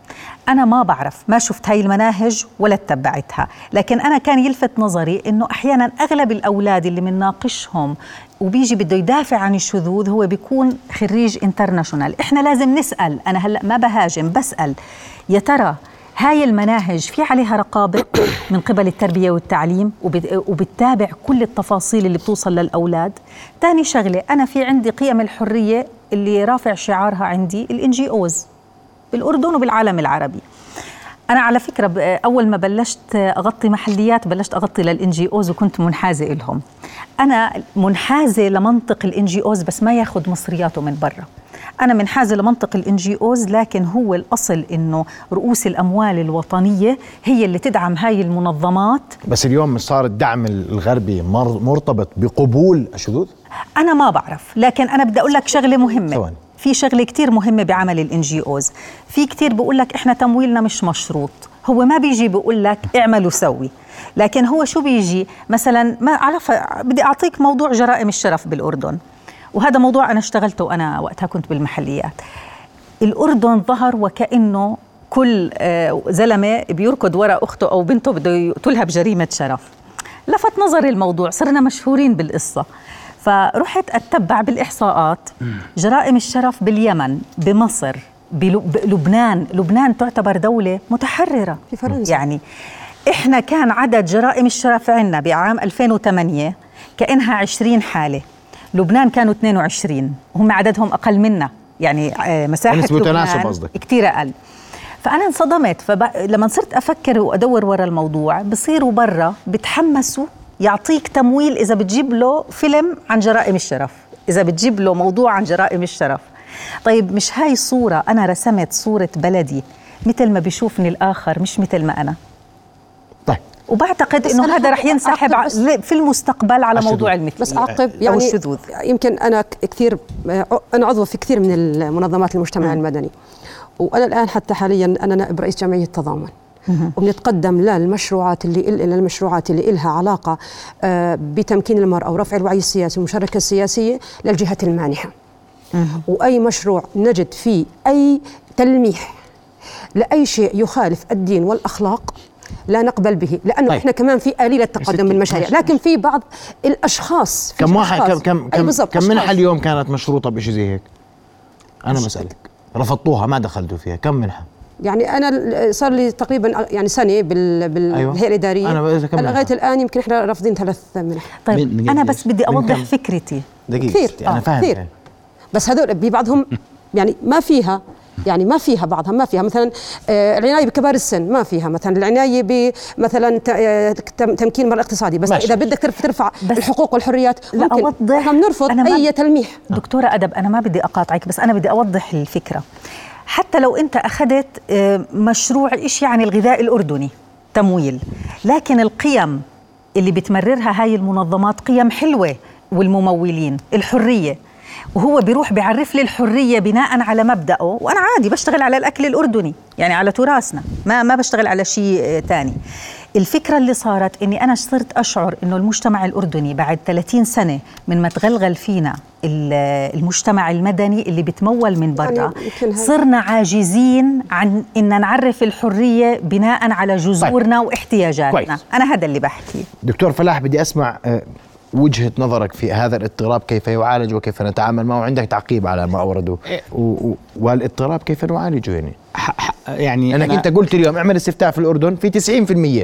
أنا ما بعرف، ما شفت هاي المناهج ولا اتبعتها، لكن أنا كان يلفت نظري إنه أحيانا أغلب الأولاد اللي منناقشهم وبيجي بده يدافع عن الشذوذ هو بيكون خريج انترناشونال. إحنا لازم نسأل، أنا هلأ ما بهاجم، بسأل يا ترى هاي المناهج في عليها رقابة من قبل التربية والتعليم وبتتابع كل التفاصيل اللي بتوصل للأولاد؟ تاني شغلة، أنا في عندي قيم الحرية اللي رافع شعارها عندي الNGOs بالأردن وبالعالم العربي. أنا على فكرة أول ما بلشت أغطي محليات بلشت أغطي للNGOs وكنت منحازة إلهم. أنا منحازة لمنطق الNGOs بس ما ياخد مصرياته من برا. أنا منحازة لمنطق الNGOs، لكن هو الأصل إنه رؤوس الأموال الوطنية هي اللي تدعم هاي المنظمات. بس اليوم صار الدعم الغربي مرتبط بقبول الشذوذ؟ أنا ما بعرف، لكن أنا بدي أقول لك شغلة مهمة. في شغلة كتير مهمة بعمل الNGOs، في كتير بيقول لك إحنا تمويلنا مش مشروط. هو ما بيجي بيقول لك اعمل وسوي، لكن هو شو بيجي مثلا، ما عرف، بدي أعطيك موضوع جرائم الشرف بالأردن، وهذا موضوع أنا اشتغلته وأنا وقتها كنت بالمحليات. الأردن ظهر وكأنه كل زلمة بيركض وراء أخته أو بنته بده يقتلها بجريمة شرف. لفت نظري الموضوع، صرنا مشهورين بالقصة، فرحت أتبع بالإحصاءات. جرائم الشرف باليمن، بمصر، بلبنان. لبنان تعتبر دولة متحررة في فرنسا. يعني إحنا كان عدد جرائم الشرف عندنا بعام 2008 كأنها 20 حالة، لبنان كانوا 22 وهم عددهم أقل منا، يعني مساحة لبنان كتير أقل. فأنا انصدمت، فلما صرت أفكر وأدور وراء الموضوع، بصيروا برا بتحمسوا يعطيك تمويل إذا بتجيب له فيلم عن جرائم الشرف، إذا بتجيب له موضوع عن جرائم الشرف. طيب مش هاي صورة، أنا رسمت صورة بلدي مثل ما بيشوفني الآخر مش مثل ما أنا. طيب وبعتقد انه هذا رح ينسحب في المستقبل على موضوع المثلية. بس اعقب يعني الشذوذ. يمكن انا كثير، انا عضو في كثير من المنظمات المجتمع المدني، وانا الان حتى حاليا انا نائب رئيس جمعية تضامن، وبنتقدم للمشروعات اللي لها علاقة بتمكين المرأة ورفع الوعي السياسي والمشاركة السياسية للجهات المانحة. واي مشروع نجد فيه اي تلميح لاي شيء يخالف الدين والاخلاق لا نقبل به، لانه طيب. احنا كمان في آلية تقدم بالمشاريع، لكن في بعض الاشخاص كم واحد كم منحة اليوم كانت مشروطة بشيء زي هيك؟ انا بسألك، رفضتوها ما دخلتوا فيها، كم منحة؟ يعني انا صار لي تقريبا يعني سنه بالهيئه الاداريه، لغايه الان يمكن احنا رافضين 3 منح. طيب انا بس بدي اوضح فكرتي. كثير انا فاهم كثير. بس هذول ببعضهم يعني ما فيها، يعني ما فيها بعضها، ما فيها مثلا العنايه بكبار السن، ما فيها مثلا العنايه بمثلا تمكين المراه الاقتصادي، بس ماشي. اذا بدك ترفع الحقوق والحريات لا اوضح، احنا بنرفض اي تلميح. دكتوره ادب انا ما بدي اقاطعك، بس انا بدي اوضح الفكره. حتى لو انت اخذت مشروع ايش يعني الغذاء الاردني تمويل، لكن القيم اللي بتمررها هاي المنظمات قيم حلوه، والممولين الحريه، وهو بيروح بيعرف لي الحرية بناء على مبدأه، وأنا عادي بشتغل على الأكل الأردني يعني على تراثنا، ما بشتغل على شيء تاني. الفكرة اللي صارت إني أنا صرت أشعر إنه المجتمع الأردني بعد 30 سنة من ما تغلغل فينا المجتمع المدني اللي بتمول من برا، صرنا عاجزين عن إن نعرف الحرية بناء على جذورنا واحتياجاتنا. كويس. أنا هذا اللي بحكي. دكتور فلاح بدي أسمع وجهة نظرك في هذا الاضطراب، كيف يعالج وكيف نتعامل معه، عندك تعقيب على ما أورده والاضطراب كيف نعالجه يعني أنك أنت قلت اليوم اعمل استفتاء في الأردن في 90%،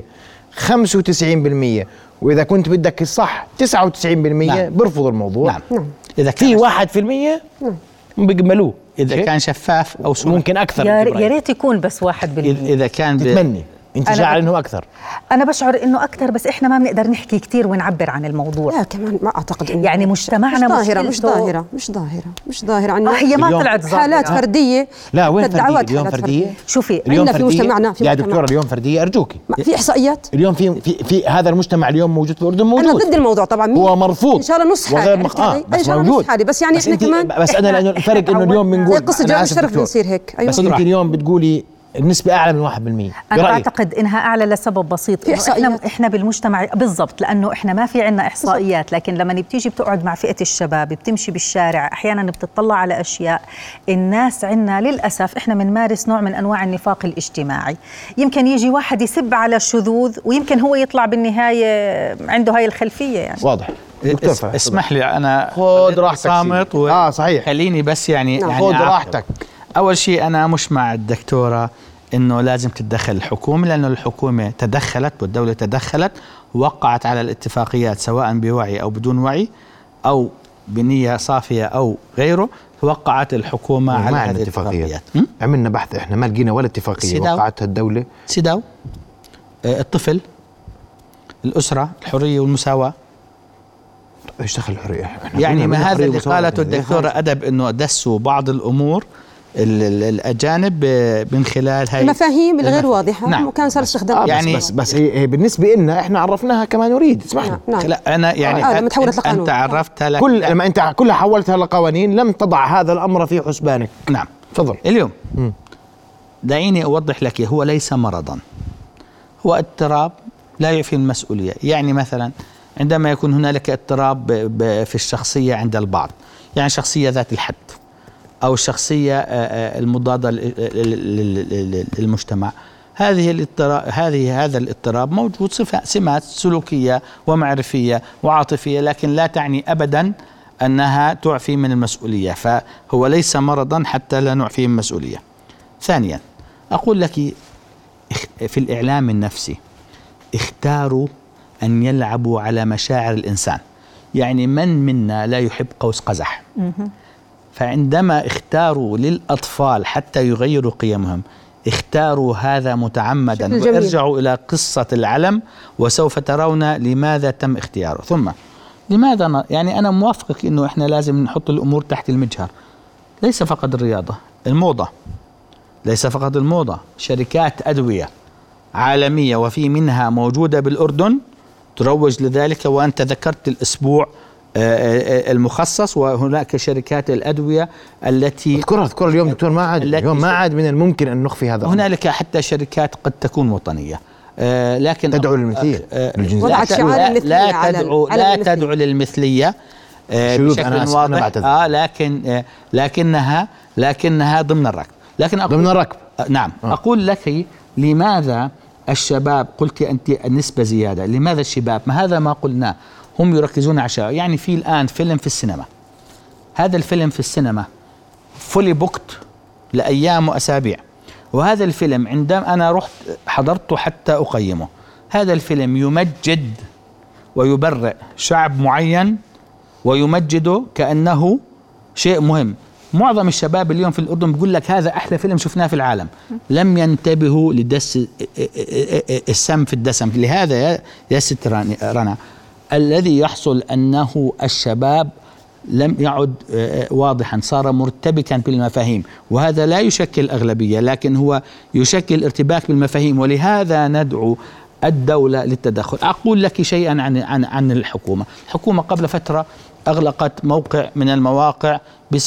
95%، وإذا كنت بدك الصح 99% برفض الموضوع. نعم. إذا في 1% بيقبلوه إذا كان شفاف أو ممكن أكثر. يا ريت يكون بس 1%. إذا كان تتمني انت شاعر انه اكثر؟ انا بشعر انه اكثر، بس احنا ما بنقدر نحكي كثير ونعبر عن الموضوع. لا كمان ما اعتقد انه يعني مجتمعنا مش ظاهره عنه. هي ما طلعت ظاهره، حالات فرديه. لا وين فرديه؟ اليوم فرديه. شوفي عندنا في مجتمعنا يا دكتوره اليوم فرديه ارجوكي. في احصائيات اليوم في هذا المجتمع اليوم موجود في الاردن، موجود. انا ضد الموضوع طبعا، هو مرفوض ان شاء الله نص حالي بس موجود. بس يعني احنا كمان بس انا لانه الفرق انه اليوم بنقول قصه جواب الشرف بنصير هيك. بس انت اليوم بتقولي النسبة أعلى من 1%. أنا أعتقد إنها أعلى لسبب بسيط، إحنا بالمجتمع بالضبط، لأنه إحنا ما في عنا إحصائيات، لكن لما بتيجي بتقعد مع فئة الشباب، بتمشي بالشارع، أحيانا بتطلع على أشياء، الناس عنا للأسف إحنا بنمارس نوع من أنواع النفاق الاجتماعي. يمكن يجي واحد يسب على الشذوذ ويمكن هو يطلع بالنهاية عنده هاي الخلفية يعني. واضح. اسمح لي أنا خذ راحتك صامت صحيح. خليني بس يعني خذ راحتك. أول شيء أنا مش مع الدكتورة إنه لازم تتدخل الحكومة، لأنه الحكومة تدخلت والدولة تدخلت، وقعت على الاتفاقيات سواء بوعي أو بدون وعي أو بنية صافية أو غيره. وقعت الحكومة على هذه الاتفاقيات. عملنا بحث إحنا ما لقينا ولا اتفاقية وقعتها الدولة. سيداو الطفل، الأسرة، الحرية والمساواة. ايش دخل الحرية؟ يعني ما هذا اللي قالته الدكتورة أدب، إنه دسوا بعض الأمور الأجانب من خلال هاي المفاهيم الغير واضحة. نعم. وكان صار استخدام يعني بس هي بالنسبة لنا احنا عرفناها كما نريد. اسمح لي. نعم. لا أنا يعني أنت عرفتها لك لما أنت كلها حولتها لقوانين لم تضع هذا الأمر في حسبانك. نعم تفضل. اليوم دعيني أوضح لك، هو ليس مرضا، هو اضطراب لا يعفي المسؤولية. يعني مثلا عندما يكون هنالك اضطراب في الشخصية عند البعض، يعني شخصية ذات الحد أو الشخصية المضادة للمجتمع، هذا الاضطراب موجود، سمات سلوكية ومعرفية وعاطفية، لكن لا تعني أبدا أنها تعفي من المسؤولية، فهو ليس مرضا حتى لا نعفيه من المسؤولية. ثانيا أقول لك في الإعلام النفسي اختاروا أن يلعبوا على مشاعر الإنسان. يعني من منا لا يحب قوس قزح؟ فعندما اختاروا للأطفال حتى يغيروا قيمهم، اختاروا هذا متعمدا. وارجعوا إلى قصة العلم وسوف ترون لماذا تم اختياره. ثم لماذا يعني أنا موافقك إنه إحنا لازم نحط الأمور تحت المجهر، ليس فقط الرياضة، الموضة، ليس فقط الموضة، شركات أدوية عالمية وفي منها موجودة بالأردن تروج لذلك. وأنت ذكرت الأسبوع المخصص، وهناك شركات الأدوية التي اذكر اليوم دكتور، اليوم ما عاد من الممكن أن نخفي هذا. هنالك حتى شركات قد تكون وطنية لكن تدعو للمثلية، لا تدعو للمثلية بشكل واضح، لكنها ضمن الركب. لكن ضمن الركب نعم. أقول لك لماذا الشباب، قلت أنت النسبة زيادة، لماذا الشباب؟ ما هذا ما قلناه، هم يركزون على شيء. يعني في الآن فيلم في السينما، هذا الفيلم في السينما فولي بوكت لأيام وأسابيع، وهذا الفيلم عندما أنا رحت حضرته حتى أقيمه، هذا الفيلم يمجد ويبرئ شعب معين ويمجده كأنه شيء مهم. معظم الشباب اليوم في الأردن بيقول لك هذا أحلى فيلم شفناه في العالم، لم ينتبهوا لدس السم في الدسم. لهذا يا ست رنا الذي يحصل أنه الشباب لم يعد واضحا، صار مرتبكا بالمفاهيم، وهذا لا يشكل أغلبية لكن هو يشكل ارتباك بالمفاهيم، ولهذا ندعو الدولة للتدخل. أقول لك شيئا عن الحكومة. الحكومة قبل فترة أغلقت موقع من المواقع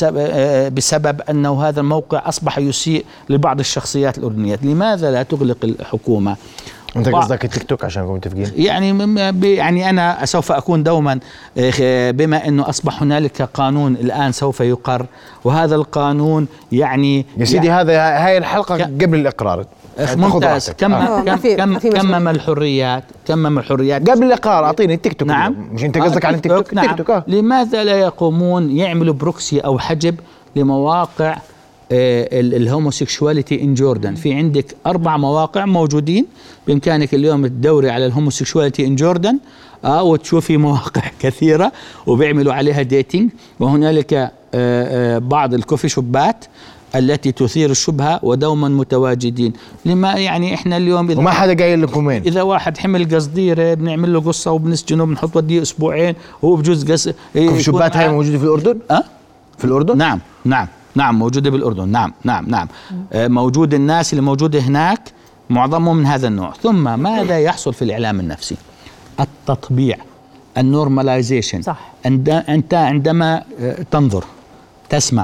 بسبب أنه هذا الموقع أصبح يسيء لبعض الشخصيات الأردنيات. لماذا لا تغلق الحكومة؟ أنت قصدك التيك توك عشان نكون متفقين؟ يعني أنا سوف أكون دوما، بما أنه أصبح هنالك قانون الآن سوف يقر، وهذا القانون يعني يا سيدي هاي الحلقة قبل الإقرار ممتاز. كمم الحريات قبل الإقرار. أعطيني التيك توك. نعم. مش أنت قصدك على التيك توك؟ نعم. لماذا لا يقومون يعملوا بروكسي أو حجب لمواقع الهوموسيكشواليتي إن جوردن؟ في عندك 4 مواقع موجودين، بإمكانك اليوم تدوري على الهوموسيكشواليتي إن جوردن وتشوفي مواقع كثيرة وبيعملوا عليها ديتينج. وهنالك بعض الكوفي شوبات التي تثير الشبهة ودوما متواجدين. لما يعني احنا اليوم وما حدا قايل لكم وين؟ اذا واحد حمل قصديره بنعمل له قصة وبنسجنه وبنحط وديه اسبوعين وهو بجوز قص. كوفي شوبات هاي موجودة في الأردن؟ في الأردن؟ نعم موجودة بالأردن. نعم. موجود الناس اللي موجودة هناك معظمهم من هذا النوع. ثم ماذا يحصل في الإعلام النفسي؟ التطبيع، النورماليزيشن. صح. أنت عندما تنظر، تسمع،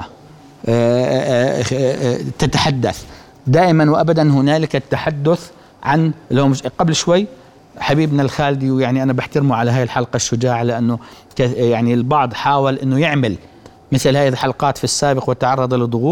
تتحدث، دائما وأبدا هنالك التحدث عن قبل شوي حبيبنا الخالدي، ويعني أنا بحترمه على هاي الحلقة الشجاعة، لأنه يعني البعض حاول أنه يعمل مثل هذه الحلقات في السابق وتعرض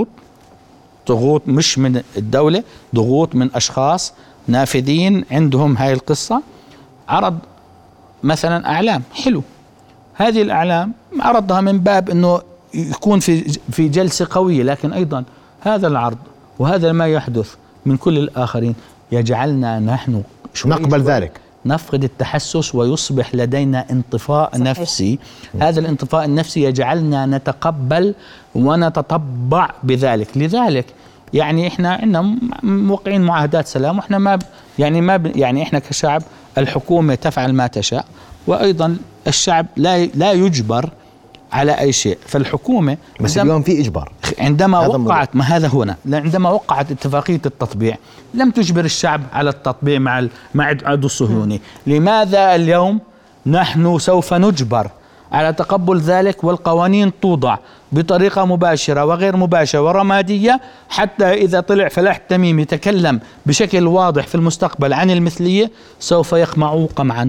ضغوط مش من الدولة، ضغوط من أشخاص نافذين عندهم هاي القصة. عرض مثلا أعلام حلو، هذه الأعلام عرضها من باب أنه يكون في جلسة قوية، لكن أيضا هذا العرض وهذا ما يحدث من كل الآخرين يجعلنا نحن نقبل ذلك، نفقد التحسس ويصبح لدينا انطفاء نفسي. هذا الانطفاء النفسي يجعلنا نتقبل ونتطبع بذلك. لذلك يعني احنا عندنا موقعين معاهدات سلام، واحنا ما يعني احنا كشعب الحكومة تفعل ما تشاء، وأيضا الشعب لا يجبر على أي شيء. فالحكومة بس اليوم في إجبار. عندما وقعت عندما وقعت اتفاقية التطبيع لم تجبر الشعب على التطبيع مع العدو الصهيوني. لماذا اليوم نحن سوف نجبر على تقبل ذلك، والقوانين توضع بطريقة مباشرة وغير مباشرة ورمادية، حتى إذا طلع فلاح تميم يتكلم بشكل واضح في المستقبل عن المثلية سوف يقمع قمعا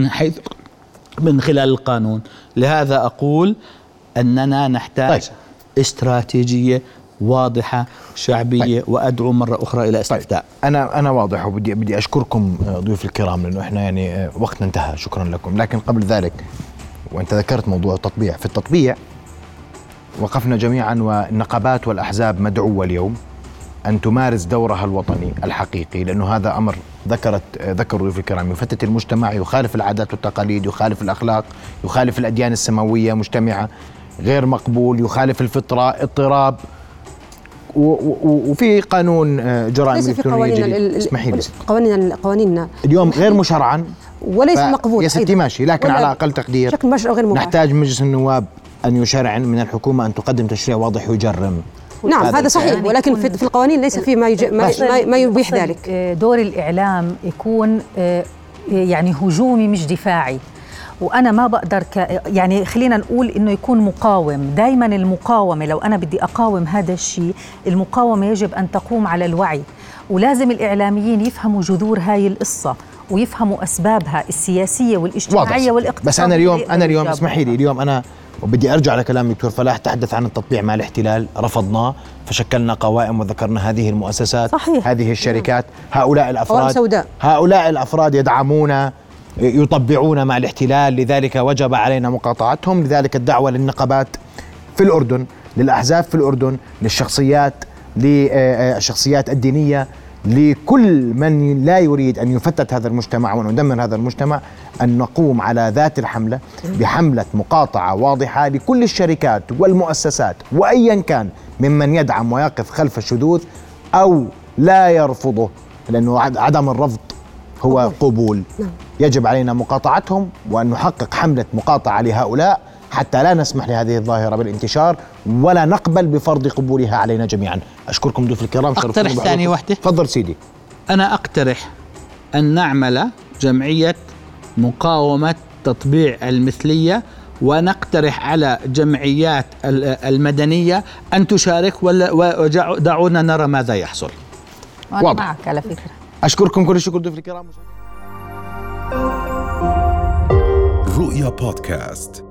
من خلال القانون. لهذا أقول أننا نحتاج استراتيجية واضحة شعبية. وأدعو مرة أخرى إلى استفتاء. أنا واضح، وبدي أشكركم ضيوف الكرام، لأنه إحنا يعني وقتنا انتهى. شكرا لكم. لكن قبل ذلك، وأنت ذكرت موضوع التطبيع، في التطبيع وقفنا جميعا، والنقابات والأحزاب مدعوة اليوم أن تمارس دورها الوطني الحقيقي، لأنه هذا أمر ذكروا ضيوف الكرام يفتت المجتمع، يخالف العادات والتقاليد، يخالف الأخلاق، يخالف الأديان السماوية، مجتمعة غير مقبول، يخالف الفطرة، اضطراب. وفي قانون جرائم إلكترونية اسمحي لي، قوانيننا اليوم غير مشرعا وليس مقبول يا ستي. ماشي، لكن على أقل تقدير غير نحتاج مجلس النواب أن يشرع من الحكومة أن تقدم تشريع واضح يجرم. نعم هذا صحيح، ولكن في القوانين ليس في ما يبيح ذلك. دور الإعلام يكون يعني هجومي مش دفاعي، وأنا ما بقدر يعني خلينا نقول إنه يكون مقاوم. دايما المقاومة، لو أنا بدي أقاوم هذا الشيء، المقاومة يجب أن تقوم على الوعي، ولازم الإعلاميين يفهموا جذور هاي القصة ويفهموا أسبابها السياسية والاجتماعية والاقتصادية. بس أنا اليوم اسمحي لي، اليوم أنا وبدي أرجع لكلام دكتور فلاح، تحدث عن التطبيع مع الاحتلال، رفضناه فشكلنا قوائم وذكرنا هذه المؤسسات. صحيح. هذه الشركات، هؤلاء الأفراد سوداء. هؤلاء الأفراد يدعمون يطبعون مع الاحتلال، لذلك وجب علينا مقاطعتهم. لذلك الدعوة للنقابات في الأردن، للأحزاب في الأردن، للشخصيات الدينية، لكل من لا يريد أن يفتت هذا المجتمع وأن يدمر هذا المجتمع، أن نقوم على ذات الحملة بحملة مقاطعة واضحة لكل الشركات والمؤسسات وأيا كان ممن يدعم ويقف خلف الشذوذ أو لا يرفضه، لأنه عدم الرفض هو قبول. يجب علينا مقاطعتهم وأن نحقق حملة مقاطعة لهؤلاء حتى لا نسمح لهذه الظاهرة بالانتشار ولا نقبل بفرض قبولها علينا جميعا. أشكركم ضيوف الكرام. أقترح ثاني واحدة. تفضل سيدي. أنا أقترح أن نعمل جمعية مقاومة تطبيع المثلية، ونقترح على جمعيات المدنية أن تشارك، ودعونا نرى ماذا يحصل. واضح. معك على فكرة. أشكركم كل الشكر ضيوف الكرام. رؤيا بودكاست.